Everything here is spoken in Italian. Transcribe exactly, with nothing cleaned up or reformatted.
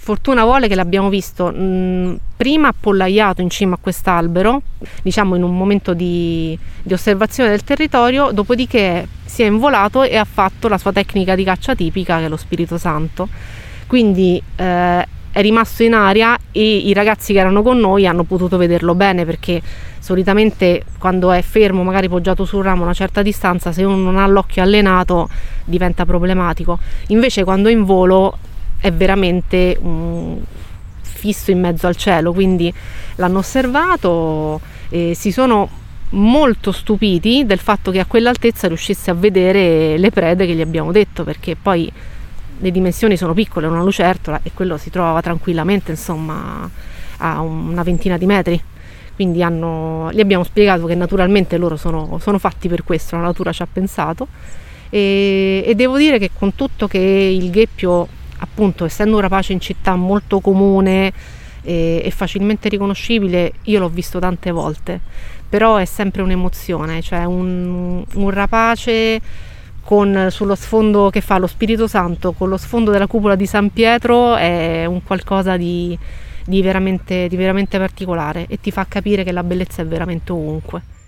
fortuna vuole che l'abbiamo visto mh, prima appollaiato in cima a quest'albero, diciamo in un momento di, di osservazione del territorio, dopodiché si è involato e ha fatto la sua tecnica di caccia tipica, che è lo Spirito Santo. Quindi eh, è rimasto in aria e i ragazzi che erano con noi hanno potuto vederlo bene, perché solitamente quando è fermo, magari poggiato sul ramo a una certa distanza, se uno non ha l'occhio allenato diventa problematico. Invece quando è in volo è veramente um, fisso in mezzo al cielo, quindi l'hanno osservato e si sono molto stupiti del fatto che a quell'altezza riuscisse a vedere le prede che gli abbiamo detto, perché poi le dimensioni sono piccole, una lucertola, e quello si trovava tranquillamente, insomma, a una ventina di metri. Quindi hanno, gli abbiamo spiegato che naturalmente loro sono, sono fatti per questo, la natura ci ha pensato, e, e devo dire che con tutto che il gheppio, appunto, essendo un rapace in città molto comune e, e facilmente riconoscibile, io l'ho visto tante volte, però è sempre un'emozione, cioè un, un rapace con sullo sfondo che fa lo Spirito Santo, con lo sfondo della cupola di San Pietro, è un qualcosa di, di, veramente, di veramente particolare, e ti fa capire che la bellezza è veramente ovunque.